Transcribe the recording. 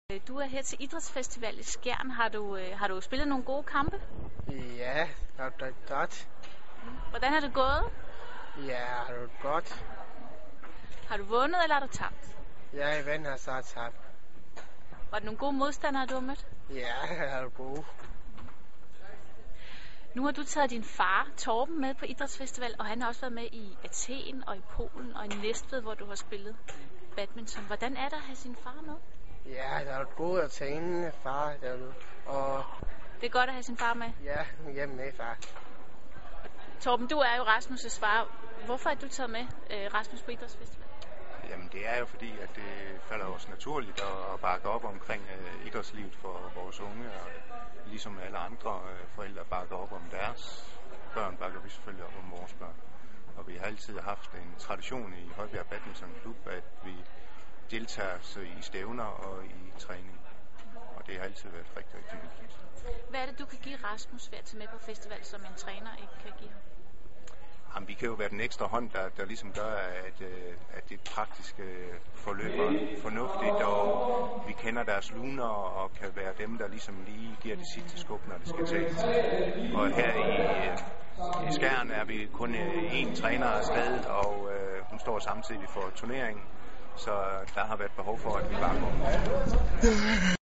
Du er her til Idrætsfestival i Skjern. Har du spillet nogle gode kampe? Ja, det er godt. Hvordan er det gået? Ja, det er godt. Har du vundet, eller har du tabt? Jeg vinder så tabt. Var det nogle gode modstandere, du har mødt? Ja, det er gode. Nu har du taget din far, Torben, med på Idrætsfestival, og han har også været med i Athen og i Polen og i Næstved, hvor du har spillet badminton. Hvordan er det at have sin far med? Ja, det er godt at tage en far derude. Og Det er godt at have sin far med. ja, hjemme med far. Torben, du er jo Rasmus' far. Hvorfor er du taget med, Rasmus, på Idrætsfestival? Jamen det er jo fordi, at det falder os naturligt at bakke op omkring idrætslivet for vores unge, og ligesom alle andre forældre bakker op om deres børn, bakker vi selvfølgelig op om vores børn. Og vi har altid haft en tradition i Højbjerg Badminton Klub, at vi deltager i stævner og i træning. Og det har altid været rigtig, rigtig vigtigt. Hvad er det, du kan give Rasmus ved at tage med på festival, som en træner ikke kan give ham? Jamen, vi kan jo være den ekstra hånd, der ligesom gør, at det praktiske forløb er fornuftigt, og vi kender deres luner og kan være dem, der ligesom lige giver det sidste skub, når det skal tages. Og her i Skjern er vi kun én træner afsted, og hun står samtidig for turneringen, så der har været behov for, at vi bakker op.